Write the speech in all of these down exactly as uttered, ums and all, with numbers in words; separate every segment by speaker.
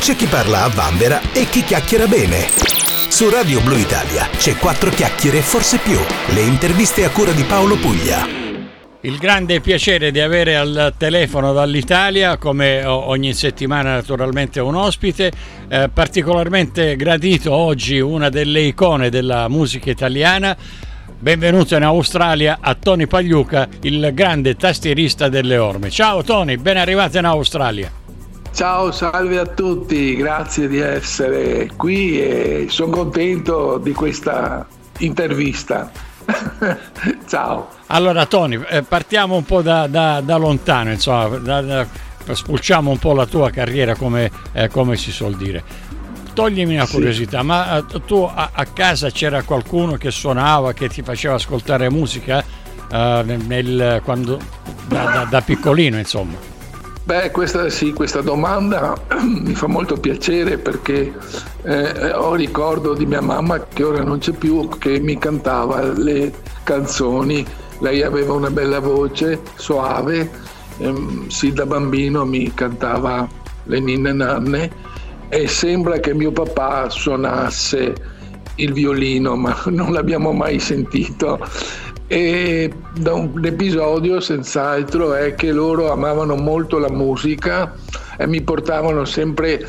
Speaker 1: C'è chi parla a vanvera e chi chiacchiera bene. Su Radio Blu Italia c'è Quattro Chiacchiere e forse più. Le interviste a cura di Paolo Puglia.
Speaker 2: Il grande piacere di avere al telefono dall'Italia, come ogni settimana naturalmente, un ospite eh, particolarmente gradito oggi, una delle icone della musica italiana. Benvenuto in Australia a Tony Pagliuca, il grande tastierista delle Orme. Ciao Tony, ben arrivato in Australia.
Speaker 3: Ciao, salve a tutti, grazie di essere qui e sono contento di questa intervista. Ciao.
Speaker 2: Allora Tony, eh, partiamo un po' da, da, da lontano, insomma, da, da, spulciamo un po' la tua carriera, come, eh, come si suol dire. Toglimi una curiosità, sì. ma eh, tu a, a casa c'era qualcuno che suonava, che ti faceva ascoltare musica eh, nel, quando, da, da, da piccolino, insomma?
Speaker 3: Beh, questa sì, questa domanda mi fa molto piacere perché eh, ho ricordo di mia mamma, che ora non c'è più, che mi cantava le canzoni. Lei aveva una bella voce, soave, ehm, sì, da bambino mi cantava le ninne nanne e sembra che mio papà suonasse il violino, ma non l'abbiamo mai sentito. E da un episodio senz'altro è che loro amavano molto la musica e mi portavano sempre,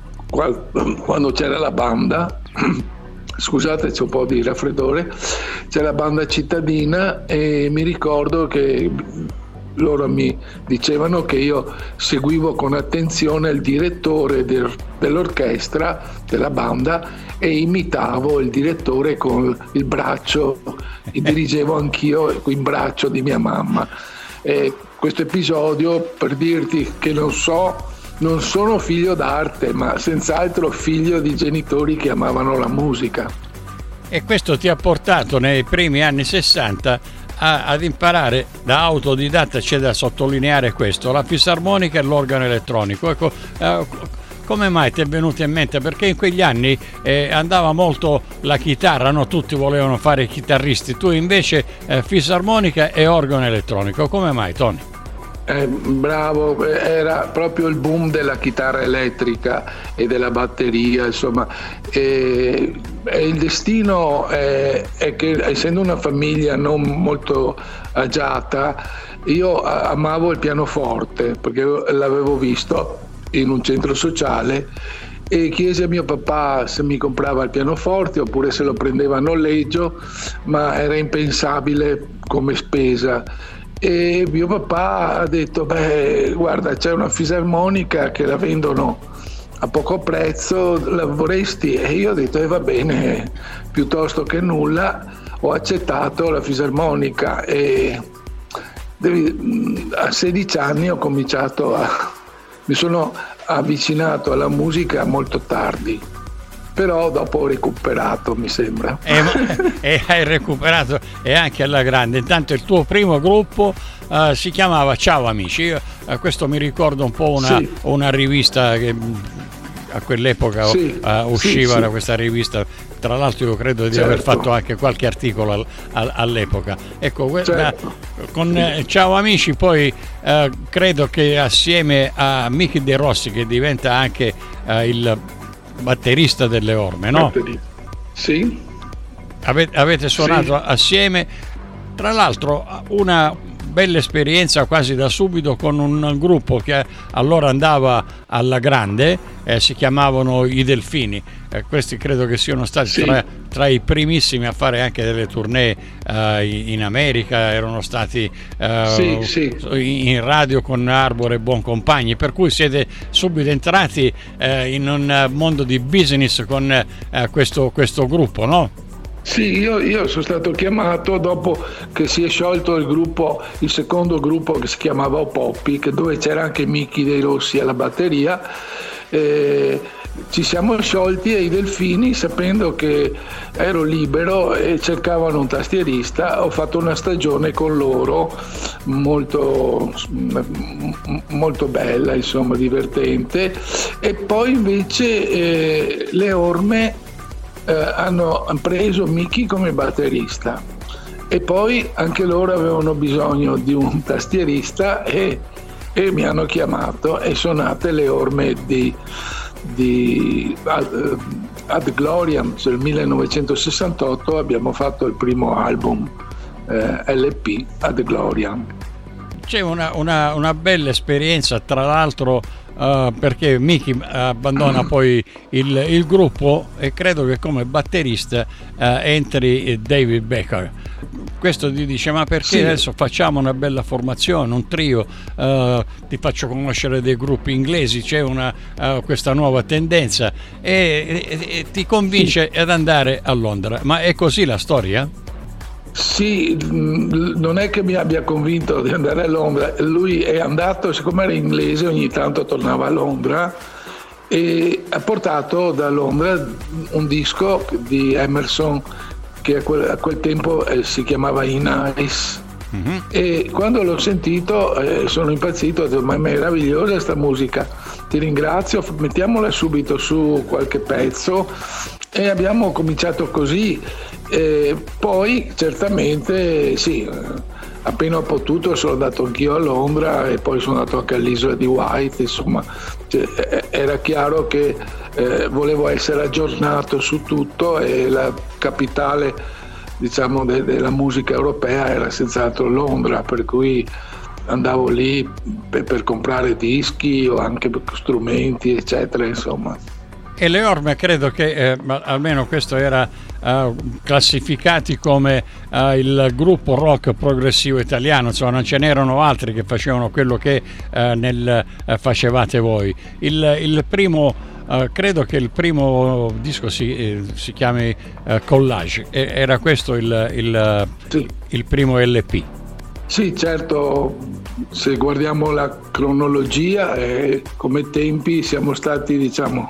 Speaker 3: quando c'era la banda, scusate c'è un po' di raffreddore, c'è la banda cittadina e mi ricordo che loro mi dicevano che io seguivo con attenzione il direttore del, dell'orchestra, della banda, e imitavo il direttore con il braccio, e dirigevo anch'io il braccio di mia mamma. E questo episodio per dirti che non so, non sono figlio d'arte, ma senz'altro figlio di genitori che amavano la musica.
Speaker 2: E questo ti ha portato nei primi anni sessanta a, ad imparare da autodidatta. C'è da sottolineare questo, la fisarmonica e l'organo elettronico. Ecco, eh, come mai ti è venuto in mente? Perché in quegli anni eh, andava molto la chitarra, no? Tutti volevano fare i chitarristi, tu invece eh, fisarmonica e organo elettronico. Come mai, Tony?
Speaker 3: Eh, bravo, era proprio il boom della chitarra elettrica e della batteria, insomma. E, e il destino è, è che, essendo una famiglia non molto agiata, io amavo il pianoforte perché l'avevo visto in un centro sociale e chiesi a mio papà se mi comprava il pianoforte oppure se lo prendeva a noleggio, ma era impensabile come spesa. E mio papà ha detto: beh, guarda, c'è una fisarmonica che la vendono a poco prezzo, la vorresti? E io ho detto: eh, va bene, piuttosto che nulla. Ho accettato la fisarmonica e devi, a sedici anni ho cominciato a mi sono avvicinato alla musica molto tardi, però dopo ho recuperato, mi sembra.
Speaker 2: E, e hai recuperato, e anche alla grande. Intanto il tuo primo gruppo uh, si chiamava Ciao Amici. Io, uh, questo mi ricorda un po' una, sì. una rivista che a quell'epoca sì, uh, usciva sì, sì. questa rivista. Tra l'altro io credo di certo. aver fatto anche qualche articolo al, al, all'epoca. Ecco, certo. uh, con eh, Ciao Amici poi uh, credo che assieme a Michi De Rossi, che diventa anche uh, il batterista delle Orme, no?
Speaker 3: Sì.
Speaker 2: Avete, avete suonato sì. assieme. Tra l'altro una bella esperienza quasi da subito con un gruppo che allora andava alla grande, eh, si chiamavano I Delfini. Eh, questi credo che siano stati sì. tra, tra i primissimi a fare anche delle tournée eh, in America, erano stati eh, sì, sì. in radio con Arbore e Buoncompagni, per cui siete subito entrati eh, in un mondo di business con eh, questo, questo gruppo, no?
Speaker 3: Sì, io, io sono stato chiamato dopo che si è sciolto il gruppo, il secondo gruppo che si chiamava Poppy, dove c'era anche Michi De Rossi alla batteria. Eh, ci siamo sciolti e i Delfini, sapendo che ero libero e cercavano un tastierista, ho fatto una stagione con loro molto, molto bella, insomma, divertente. E poi invece eh, le Orme Eh, hanno preso Michi come batterista e poi anche loro avevano bisogno di un tastierista e, e mi hanno chiamato e sono nate le Orme di, di Ad, Ad Gloriam, cioè nel millenovecentosessantotto abbiamo fatto il primo album eh, L P, Ad Gloriam.
Speaker 2: C'è una, una, una bella esperienza, tra l'altro, uh, perché Mickey abbandona poi il, il gruppo e credo che come batterista uh, entri David Becker. Questo ti dice: ma perché sì, adesso facciamo una bella formazione, un trio, uh, ti faccio conoscere dei gruppi inglesi, c'è una, uh, questa nuova tendenza e, e, e ti convince sì. ad andare a Londra. Ma è così la storia?
Speaker 3: Sì, non è che mi abbia convinto di andare a Londra, lui è andato, siccome era inglese ogni tanto tornava a Londra e ha portato da Londra un disco di Emerson che a quel, a quel tempo eh, si chiamava In Ice. Mm-hmm. E quando l'ho sentito eh, sono impazzito, ho detto: ma è meravigliosa sta musica, ti ringrazio, mettiamola subito su qualche pezzo, e abbiamo cominciato così. E poi certamente sì, appena ho potuto sono andato anch'io a Londra e poi sono andato anche all'isola di White, insomma, cioè, era chiaro che eh, volevo essere aggiornato su tutto e la capitale, diciamo, de- della musica europea era senz'altro Londra, per cui andavo lì per, per comprare dischi o anche strumenti eccetera, insomma.
Speaker 2: E le Orme credo che eh, almeno questo era uh, classificati come uh, il gruppo rock progressivo italiano, insomma non ce n'erano altri che facevano quello che uh, nel uh, facevate voi. Il, il primo uh, credo che il primo disco si, eh, si chiami uh, Collage, e, era questo il, il,
Speaker 3: sì.
Speaker 2: il primo L P.
Speaker 3: Sì, certo, se guardiamo la cronologia eh, come tempi siamo stati, diciamo,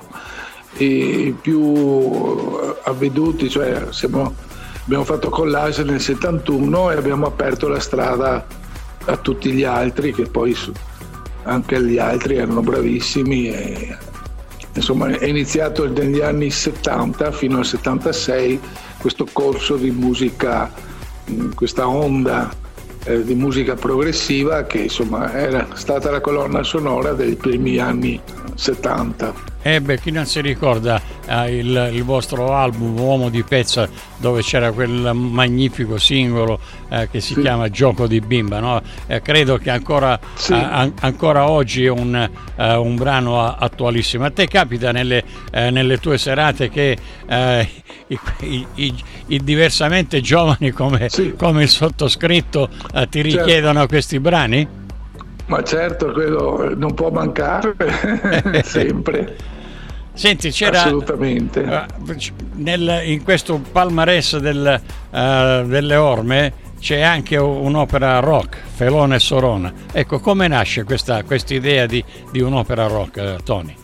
Speaker 3: i più avveduti, cioè siamo, abbiamo fatto Collage nel settantuno e abbiamo aperto la strada a tutti gli altri, che poi anche gli altri erano bravissimi e, insomma, è iniziato negli anni settanta fino al settantasei questo corso di musica, questa onda eh, di musica progressiva che insomma era stata la colonna sonora dei primi anni settanta.
Speaker 2: Eh beh, chi non si ricorda eh, il, il vostro album Uomo di Pezza, dove c'era quel magnifico singolo eh, che si sì. chiama Gioco di bimba, no? Eh, credo che ancora, sì. eh, an- ancora oggi è un, eh, un brano attualissimo. A te capita nelle, eh, nelle tue serate che eh, i, i, i, i diversamente giovani come, sì. come il sottoscritto eh, ti richiedono certo. questi brani?
Speaker 3: Ma certo, quello non può mancare sempre.
Speaker 2: Senti, c'era
Speaker 3: assolutamente
Speaker 2: uh, nel, in questo palmarès del, uh, delle Orme c'è anche un'opera rock, Felone e Sorona. Ecco, come nasce questa idea di, di un'opera rock, uh, Tony?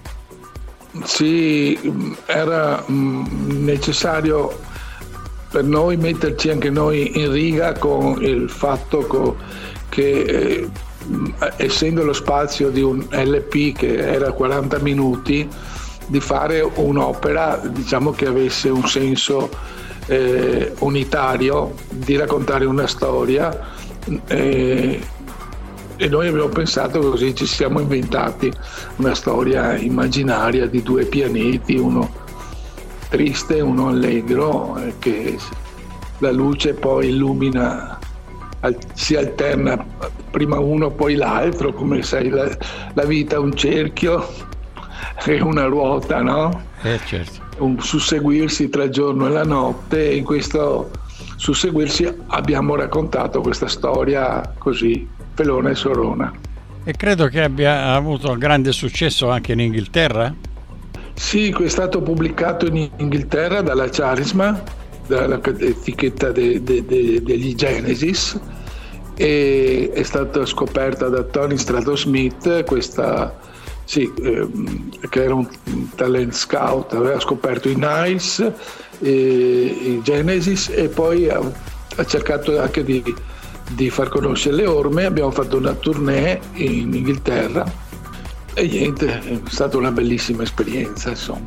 Speaker 3: Sì, era mh, necessario per noi metterci anche noi in riga con il fatto co- che eh, essendo lo spazio di un L P che era quaranta minuti, di fare un'opera, diciamo, che avesse un senso eh, unitario, di raccontare una storia eh, e noi abbiamo pensato così, ci siamo inventati una storia immaginaria di due pianeti, uno triste e uno allegro, eh, che la luce poi illumina, al, si alterna prima uno poi l'altro, come sai la, la vita è un cerchio è una ruota, no?
Speaker 2: Eh, certo.
Speaker 3: Un susseguirsi tra il giorno e la notte, e in questo susseguirsi abbiamo raccontato questa storia così, Felone e Sorona.
Speaker 2: E credo che abbia avuto grande successo anche in Inghilterra?
Speaker 3: Sì, è stato pubblicato in Inghilterra dalla Charisma, dall'etichetta de, de, de, degli Genesis, e è stata scoperta da Tony Strato-Smith, questa sì, ehm, che era un talent scout, aveva scoperto i Nice, e, i Genesis, e poi ha, ha cercato anche di, di far conoscere le Orme. Abbiamo fatto una tournée in Inghilterra e niente, è stata una bellissima esperienza, insomma.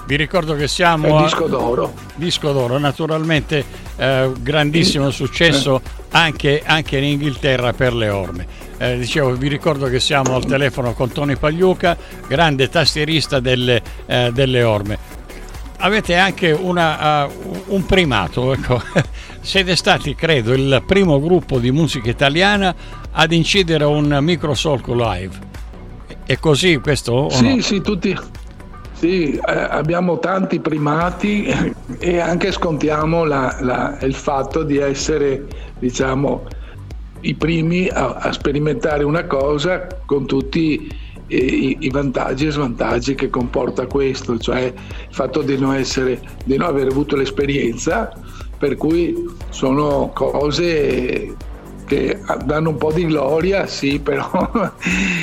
Speaker 2: Vi ricordo che siamo
Speaker 3: è
Speaker 2: a
Speaker 3: disco d'oro.
Speaker 2: Disco d'oro, naturalmente eh, grandissimo successo anche, anche in Inghilterra per le orme. Eh, dicevo, vi ricordo che siamo al telefono con Tony Pagliuca, grande tastierista delle, eh, delle orme. Avete anche una, uh, un primato, ecco. Siete stati, credo, il primo gruppo di musica italiana ad incidere un microsolco live. È così questo? O
Speaker 3: sì,
Speaker 2: no?
Speaker 3: sì, tutti. Sì, eh, abbiamo tanti primati e anche scontiamo la, la, il fatto di essere, diciamo, i primi a, a sperimentare una cosa con tutti i, i vantaggi e svantaggi che comporta questo, cioè il fatto di non essere, di non aver avuto l'esperienza, per cui sono cose che danno un po' di gloria, sì, però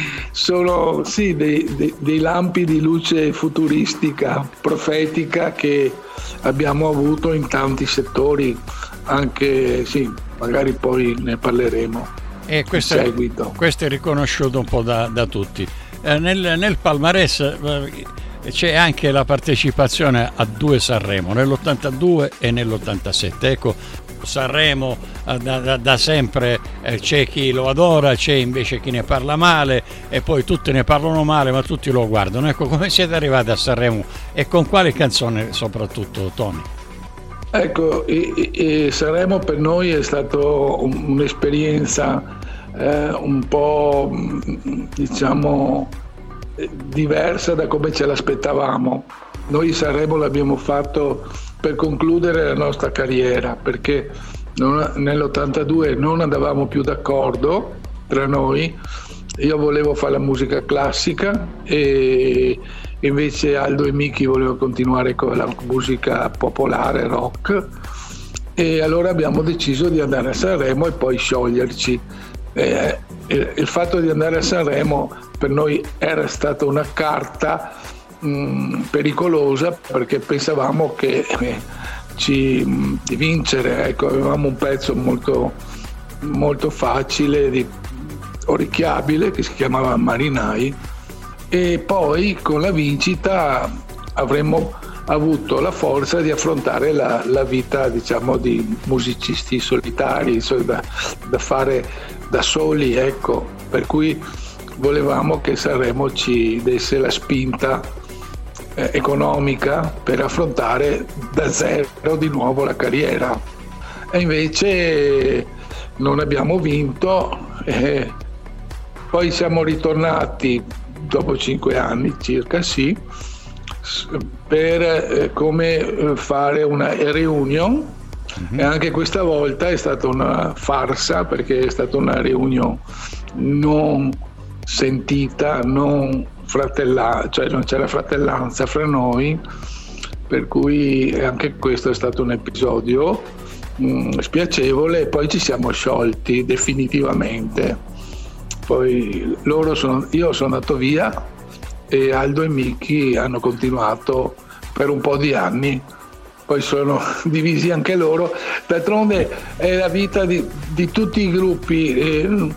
Speaker 3: sono sì, dei, dei, dei lampi di luce futuristica, profetica che abbiamo avuto in tanti settori, anche sì, magari poi ne parleremo.
Speaker 2: E questo,
Speaker 3: in seguito.
Speaker 2: Questo è riconosciuto un po' da, da tutti. Eh, nel, nel palmarès eh, c'è anche la partecipazione a due Sanremo, nell'ottantadue e nell'ottantasette. Ecco, Sanremo eh, da, da, da sempre eh, c'è chi lo adora, c'è invece chi ne parla male e poi tutti ne parlano male ma tutti lo guardano. Ecco, come siete arrivati a Sanremo e con quale canzone soprattutto, Tony?
Speaker 3: Ecco, e, e Sanremo per noi è stato un'esperienza eh, un po', diciamo, diversa da come ce l'aspettavamo. Noi Sanremo l'abbiamo fatto per concludere la nostra carriera, perché non, nell'ottantadue non andavamo più d'accordo tra noi. Io volevo fare la musica classica e invece Aldo e Miki volevano continuare con la musica popolare, rock, e allora abbiamo deciso di andare a Sanremo e poi scioglierci. Eh, il fatto di andare a Sanremo per noi era stata una carta mh, pericolosa, perché pensavamo che eh, ci, mh, di vincere, ecco, avevamo un pezzo molto, molto facile, di, orecchiabile, che si chiamava Marinai, e poi con la vincita avremmo avuto la forza di affrontare la, la vita, diciamo, di musicisti solitari, insomma, da, da fare da soli, ecco, per cui volevamo che Sanremo ci desse la spinta eh, economica per affrontare da zero di nuovo la carriera, e invece non abbiamo vinto. Eh, poi siamo ritornati dopo cinque anni circa, sì, per eh, come fare una reunion. Mm-hmm. E anche questa volta è stata una farsa, perché è stata una reunion non sentita, non fratellata, cioè non c'era fratellanza fra noi, per cui anche questo è stato un episodio mh, spiacevole. E poi ci siamo sciolti definitivamente. Poi loro sono, io sono andato via e Aldo e Miki hanno continuato per un po' di anni, poi sono divisi anche loro. D'altronde è la vita di, di tutti i gruppi, eh,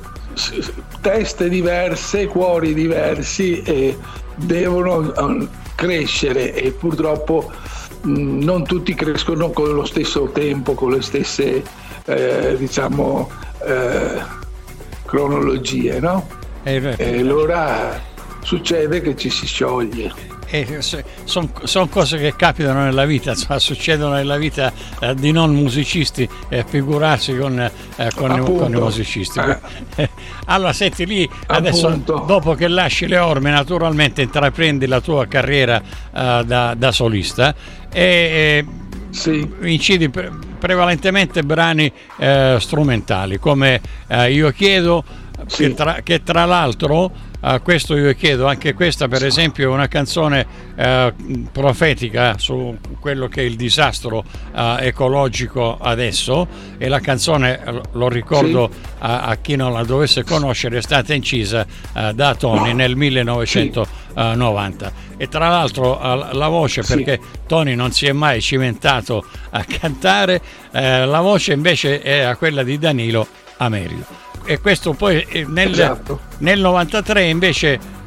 Speaker 3: teste diverse, cuori diversi, e devono um, crescere, e purtroppo mh, non tutti crescono con lo stesso tempo, con le stesse eh, diciamo eh, cronologie, no? E allora succede che ci si scioglie.
Speaker 2: Sono son cose che capitano nella vita, insomma, succedono nella vita eh, di non musicisti, eh, figurarsi con, eh, con, i, con i musicisti. Eh. Allora senti, lì adesso, appunto, dopo che lasci le orme, naturalmente intraprendi la tua carriera eh, da, da solista e eh, sì. incidi pre- prevalentemente brani eh, strumentali, come eh, Io chiedo, sì. che, tra, che tra l'altro Uh, questo io chiedo, anche questa per esempio è una canzone uh, profetica su quello che è il disastro uh, ecologico adesso, e la canzone, lo ricordo sì. a, a chi non la dovesse conoscere, è stata incisa uh, da Tony nel millenovecentonovanta, sì. E tra l'altro uh, la voce, sì. perché Tony non si è mai cimentato a cantare, uh, la voce invece è quella di Danilo Amerigo. E questo poi nel, esatto. nel novantatré invece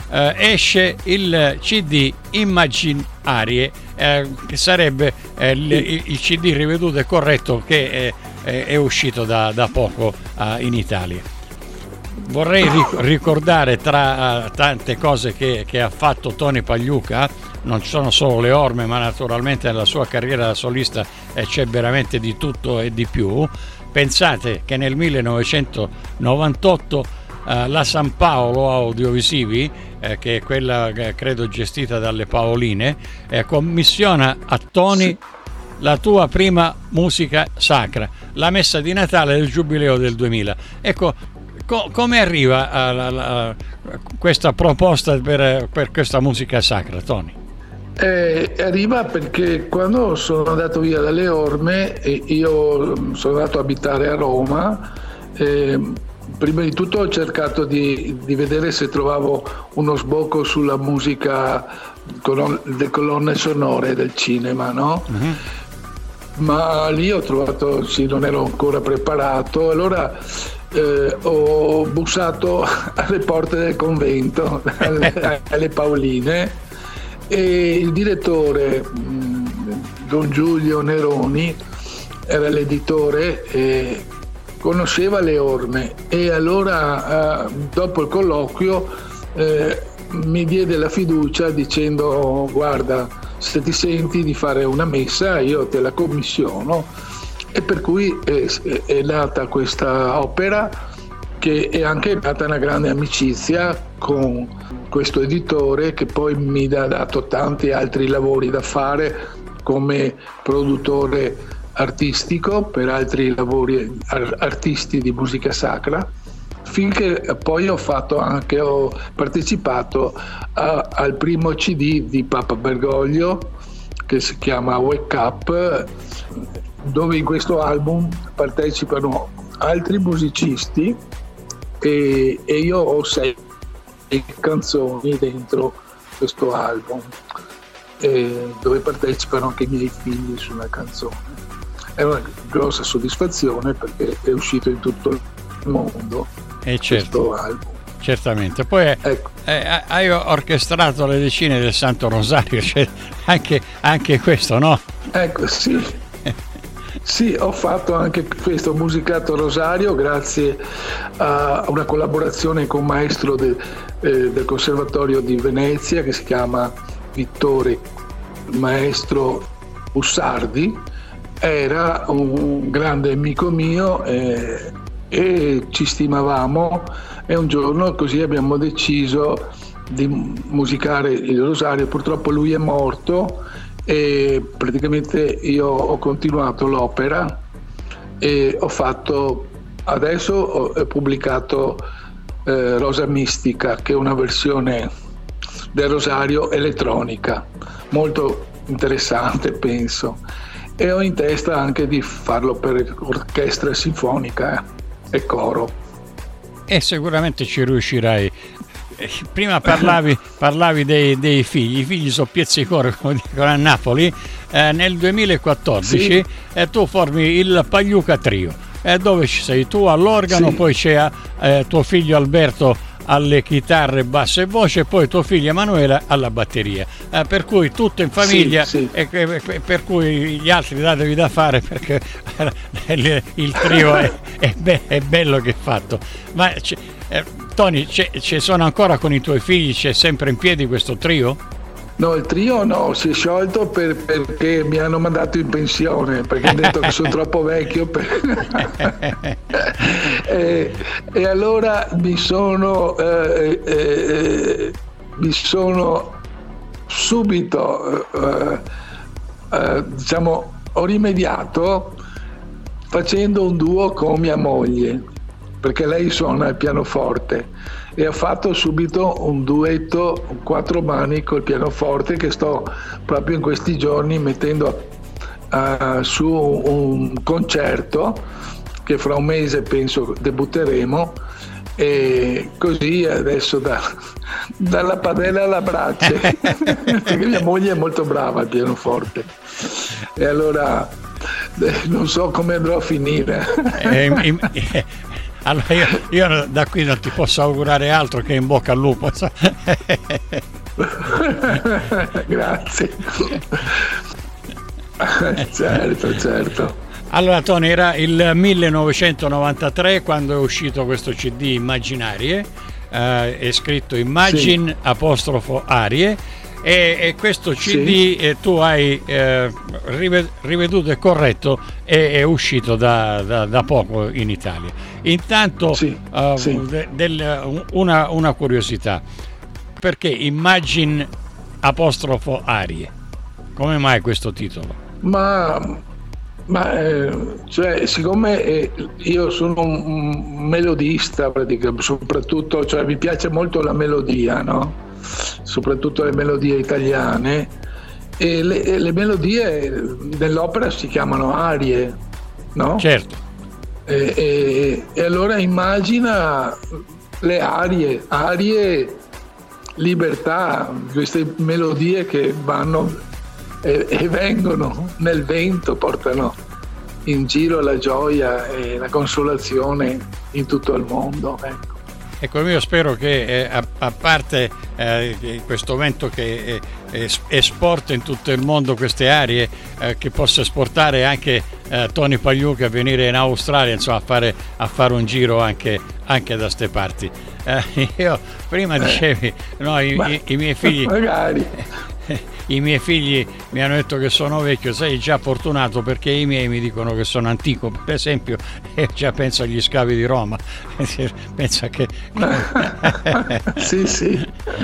Speaker 2: eh, esce il C D Immaginarie, eh, che sarebbe eh, il, il C D riveduto e corretto che è, è uscito da, da poco uh, in Italia. Vorrei ric- ricordare tra uh, tante cose che, che ha fatto Tony Pagliuca, non ci sono solo le orme, ma naturalmente nella sua carriera da solista eh, c'è veramente di tutto e di più. Pensate che nel millenovecentonovantotto eh, la San Paolo Audiovisivi, eh, che è quella eh, credo gestita dalle Paoline, eh, commissiona a Tony la tua prima musica sacra, la messa di Natale del Giubileo del duemila. Ecco, co- come arriva a, a, a questa proposta per, per questa musica sacra, Tony?
Speaker 3: Eh, arriva perché quando sono andato via dalle Orme e io sono andato a abitare a Roma, eh, prima di tutto ho cercato di, di vedere se trovavo uno sbocco sulla musica, colon- le colonne sonore del cinema, no? Mm-hmm. Ma lì ho trovato, sì, non ero ancora preparato, allora eh, ho bussato alle porte del convento, alle, alle Paoline, e il direttore, Don Giulio Neroni, era l'editore e conosceva le orme, e allora dopo il colloquio eh, mi diede la fiducia dicendo: guarda, se ti senti di fare una messa io te la commissiono, e per cui è, è nata questa opera, che è anche nata una grande amicizia con questo editore, che poi mi ha dato tanti altri lavori da fare come produttore artistico per altri lavori artisti di musica sacra, finché poi ho fatto anche ho partecipato a, al primo C D di Papa Bergoglio, che si chiama Wake Up, dove in questo album partecipano altri musicisti e, e io ho sei canzoni dentro questo album, eh, dove partecipano anche i miei figli su una canzone. È una grossa soddisfazione perché è uscito in tutto il mondo
Speaker 2: e certo,
Speaker 3: questo album.
Speaker 2: Certamente. Poi ecco. eh, hai orchestrato le decine del Santo Rosario, cioè anche, anche questo, no?
Speaker 3: Ecco, sì. Sì, ho fatto anche questo, ho musicato Rosario grazie a una collaborazione con un maestro de, eh, del Conservatorio di Venezia che si chiama Vittore Maestro Bussardi. Era un grande amico mio eh, e ci stimavamo, e un giorno così abbiamo deciso di musicare il Rosario. Purtroppo lui è morto e praticamente io ho continuato l'opera e ho fatto, adesso ho pubblicato eh, Rosa Mistica, che è una versione del Rosario elettronica molto interessante, penso, e ho in testa anche di farlo per orchestra sinfonica eh, e coro,
Speaker 2: e sicuramente ci riuscirai. Prima parlavi, parlavi dei, dei figli, i figli sono pizzicore, come dicono a Napoli. Eh, nel duemilaquattordici sì. eh, tu formi il Pagliuca Trio, eh, dove ci sei tu all'organo, sì. Poi c'è eh, tuo figlio Alberto alle chitarre, basso e voce, e poi tuo figlio Emanuela alla batteria, eh, per cui tutto in famiglia, sì, sì. E, e, per cui gli altri datevi da fare, perché il, il trio è, è, be- è bello che è fatto. Ma eh, Tony, ci sono ancora con i tuoi figli? C'è sempre in piedi questo trio?
Speaker 3: No, il trio no, si è sciolto per, perché mi hanno mandato in pensione, perché hanno detto che sono troppo vecchio per... e, e allora mi sono eh, eh, mi sono subito eh, eh, diciamo ho rimediato facendo un duo con mia moglie, perché lei suona il pianoforte, e ha fatto subito un duetto, un quattro mani col pianoforte, che sto proprio in questi giorni mettendo uh, su un concerto che fra un mese penso debutteremo, e così adesso da, dalla padella alla brace perché mia moglie è molto brava al pianoforte, e allora eh, non so come andrò a finire.
Speaker 2: eh, in, in, Allora io, io da qui non ti posso augurare altro che in bocca al lupo.
Speaker 3: Grazie. Certo, certo.
Speaker 2: Allora Tony, era il millenovecentonovantatré quando è uscito questo C D Immaginarie, eh, è scritto Immagine sì. apostrofo Arie, e, e questo C D sì. eh, tu hai eh, riveduto e corretto, e è uscito da, da, da poco in Italia. Intanto sì. Uh, sì. De, del, una, una curiosità, perché Immagine apostrofo Arie? Come mai questo titolo?
Speaker 3: Ma... Ma eh, cioè, siccome eh, io sono un melodista praticamente, soprattutto, cioè mi piace molto la melodia, no? Soprattutto le melodie italiane, e le, le melodie dell'opera si chiamano arie, no?
Speaker 2: Certo.
Speaker 3: E, e, e allora immagina le arie, arie, libertà, queste melodie che vanno E, e vengono nel vento, portano in giro la gioia e la consolazione in tutto il mondo. Ecco,
Speaker 2: ecco io spero che eh, a, a parte eh, questo vento che eh, esporta in tutto il mondo queste arie, eh, che possa esportare anche eh, Tony Pagliuca a venire in Australia, insomma, a fare, a fare un giro anche, anche da ste parti. Eh, io prima dicevi, no, i, Ma, i, i miei figli
Speaker 3: magari
Speaker 2: i miei figli mi hanno detto che sono vecchio. Sei già fortunato, perché i miei mi dicono che sono antico, per esempio, e già penso agli scavi di Roma. Pensa che
Speaker 3: sì sì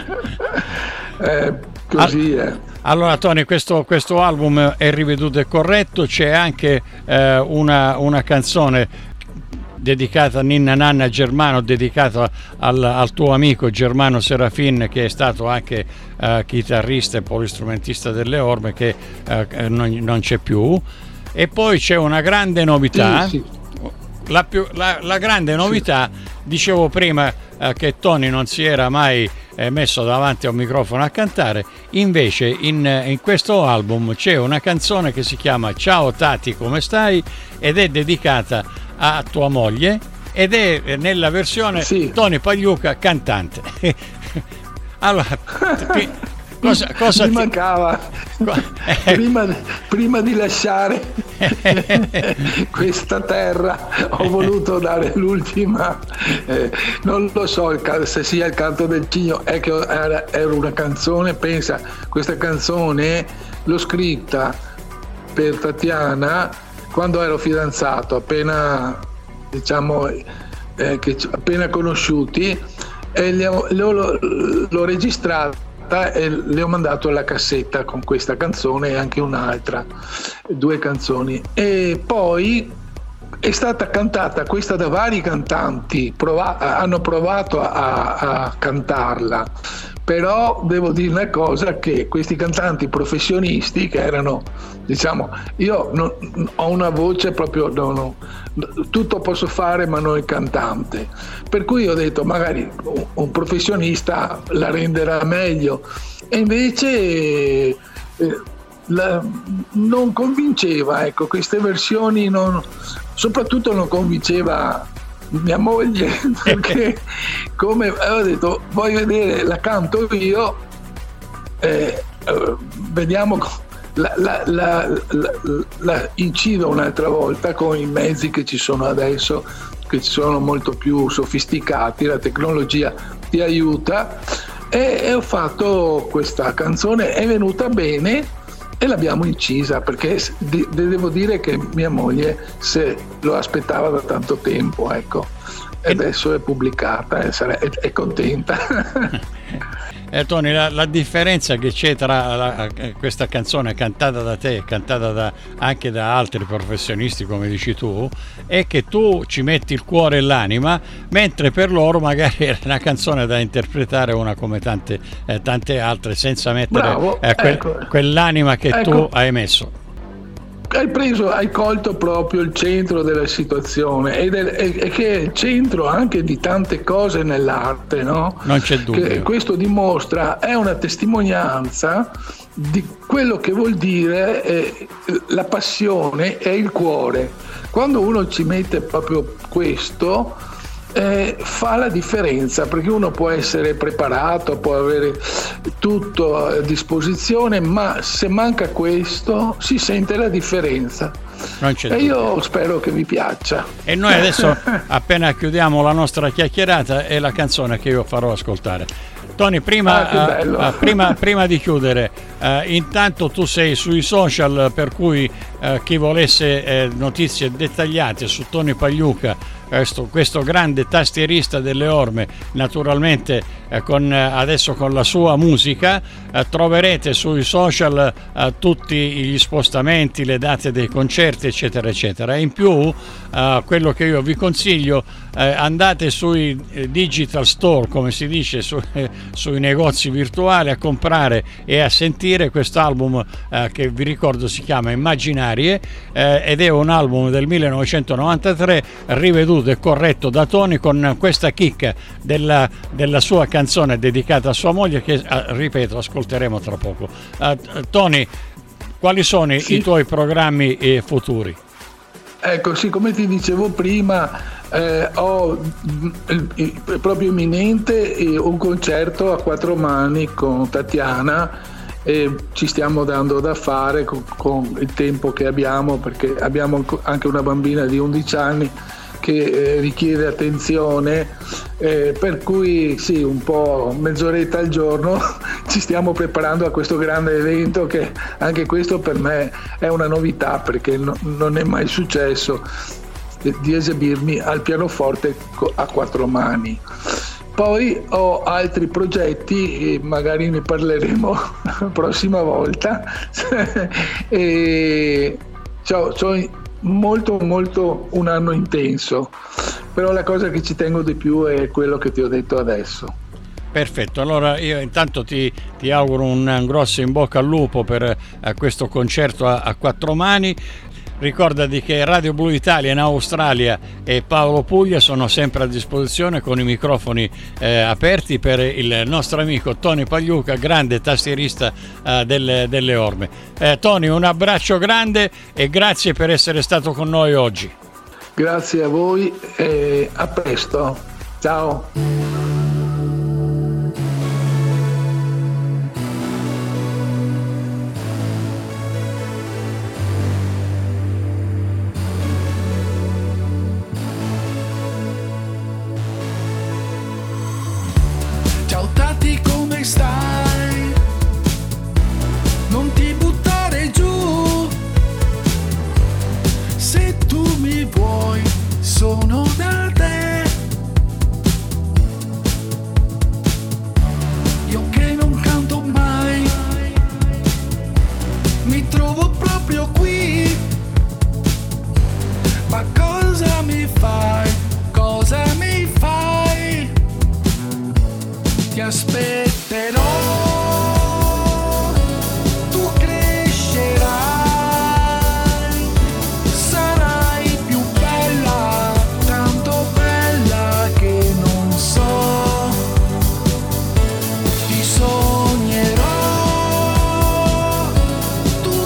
Speaker 3: eh, così è.
Speaker 2: Allora Tony, questo, questo album è riveduto e corretto, c'è anche eh, una, una canzone dedicata a Ninna Nanna Germano, dedicata al, al tuo amico Germano Serafin, che è stato anche uh, chitarrista e polistrumentista delle Orme, che uh, non, non c'è più. E poi c'è una grande novità, sì, sì. La, più, la, la grande novità, sì. Dicevo prima uh, che Tony non si era mai eh, messo davanti a un microfono a cantare, invece in, in questo album c'è una canzone che si chiama Ciao Tati, come stai? Ed è dedicata a tua moglie, ed è nella versione sì. Tony Pagliuca cantante. Allora, ti, cosa, cosa
Speaker 3: mi
Speaker 2: ti
Speaker 3: mancava prima, prima di lasciare questa terra ho voluto dare l'ultima, eh, non lo so se sia il canto del cigno, è che era, era una canzone, pensa, questa canzone l'ho scritta per Tatiana quando ero fidanzato, appena diciamo eh, che appena conosciuti, e l'ho, l'ho, l'ho registrata e le ho mandato la cassetta con questa canzone e anche un'altra, due canzoni, e poi è stata cantata questa da vari cantanti, prova, hanno provato a, a cantarla, però devo dire una cosa, che questi cantanti professionisti, che erano, diciamo, io non, ho una voce proprio, no, no, tutto posso fare ma non il cantante, per cui ho detto magari un, un professionista la renderà meglio, e invece eh, la, non convinceva, ecco, queste versioni non, soprattutto non convinceva mia moglie, perché come avevo detto, vuoi vedere, la canto io, eh, eh, vediamo, la, la, la, la, la incido un'altra volta con i mezzi che ci sono adesso, che ci sono molto più sofisticati, la tecnologia ti aiuta, e, e ho fatto questa canzone, è venuta bene e l'abbiamo incisa, perché de- devo dire che mia moglie se lo aspettava da tanto tempo, ecco, e adesso è pubblicata e sare- è, è contenta.
Speaker 2: Eh, Tony, la, la differenza che c'è tra la, questa canzone cantata da te e cantata da, anche da altri professionisti, come dici tu, è che tu ci metti il cuore e l'anima, mentre per loro magari è una canzone da interpretare una come tante, eh, tante altre, senza mettere
Speaker 3: Bravo,
Speaker 2: eh, que-
Speaker 3: ecco.
Speaker 2: quell'anima che
Speaker 3: Ecco.
Speaker 2: tu hai messo.
Speaker 3: Hai preso, hai colto proprio il centro della situazione, ed è, è, è che è il centro anche di tante cose nell'arte, no?
Speaker 2: Non c'è dubbio.
Speaker 3: Che questo dimostra, è una testimonianza di quello che vuol dire eh, la passione e il cuore. Quando uno ci mette proprio questo, eh, fa la differenza, perché uno può essere preparato, può avere tutto a disposizione, ma se manca questo si sente la differenza.
Speaker 2: Non c'è
Speaker 3: e
Speaker 2: dubbio.
Speaker 3: Io spero che vi piaccia.
Speaker 2: E noi adesso, appena chiudiamo la nostra chiacchierata, è la canzone che io farò ascoltare. Tony, prima,
Speaker 3: ah,
Speaker 2: uh, uh, prima, prima di chiudere, uh, intanto tu sei sui social, per cui uh, chi volesse eh, notizie dettagliate su Tony Pagliuca, questo, questo grande tastierista delle orme, naturalmente eh, con, adesso con la sua musica, eh, troverete sui social eh, tutti gli spostamenti, le date dei concerti, eccetera eccetera. E in più eh, quello che io vi consiglio, eh, andate sui eh, digital store, come si dice, su, eh, sui negozi virtuali, a comprare e a sentire quest'album eh, che vi ricordo si chiama Immaginarie, eh, ed è un album del millenovecentonovantatré riveduto e corretto da Tony, con questa chicca della, della sua canzone dedicata a sua moglie che, ripeto, ascolteremo tra poco. Uh, Tony, quali sono sì. i tuoi programmi eh, futuri?
Speaker 3: Ecco, sì, come ti dicevo prima, eh, ho eh, proprio imminente eh, un concerto a quattro mani con Tatiana, e ci stiamo dando da fare con, con il tempo che abbiamo, perché abbiamo anche una bambina di undici anni che eh, richiede attenzione, eh, per cui sì, un po' mezz'oretta al giorno ci stiamo preparando a questo grande evento, che anche questo per me è una novità, perché no, non è mai successo di esibirmi al pianoforte a quattro mani. Poi ho altri progetti e magari ne parleremo la prossima volta. e c'ho, c'ho molto molto un anno intenso, però la cosa che ci tengo di più è quello che ti ho detto adesso.
Speaker 2: Perfetto, allora io intanto ti, ti auguro un, un grosso in bocca al lupo per eh, questo concerto a, a quattro mani. Ricordati che Radio Blu Italia in Australia e Paolo Puglia sono sempre a disposizione con i microfoni eh, aperti per il nostro amico Tony Pagliuca, grande tastierista eh, delle, delle orme. Eh, Tony, un abbraccio grande e grazie per essere stato con noi oggi.
Speaker 3: Grazie a voi e a presto. Ciao.
Speaker 4: Ciao Tati, come stai? Non ti buttare giù. Se tu mi vuoi, sono da te. Io che non canto mai, mi trovo proprio qui. Ma cosa mi fai? Cosa mi fai? Ti aspetterò, tu crescerai, sarai più bella, tanto bella che non so, ti sognerò, tu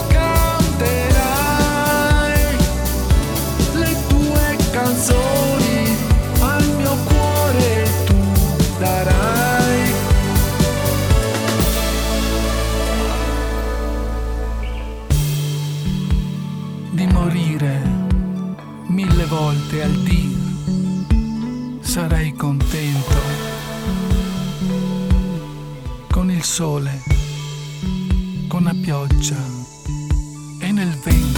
Speaker 4: canterai le tue canzoni, al mio cuore tu darai. Di morire mille volte al dì, sarai contento con il sole, con la pioggia e nel vento.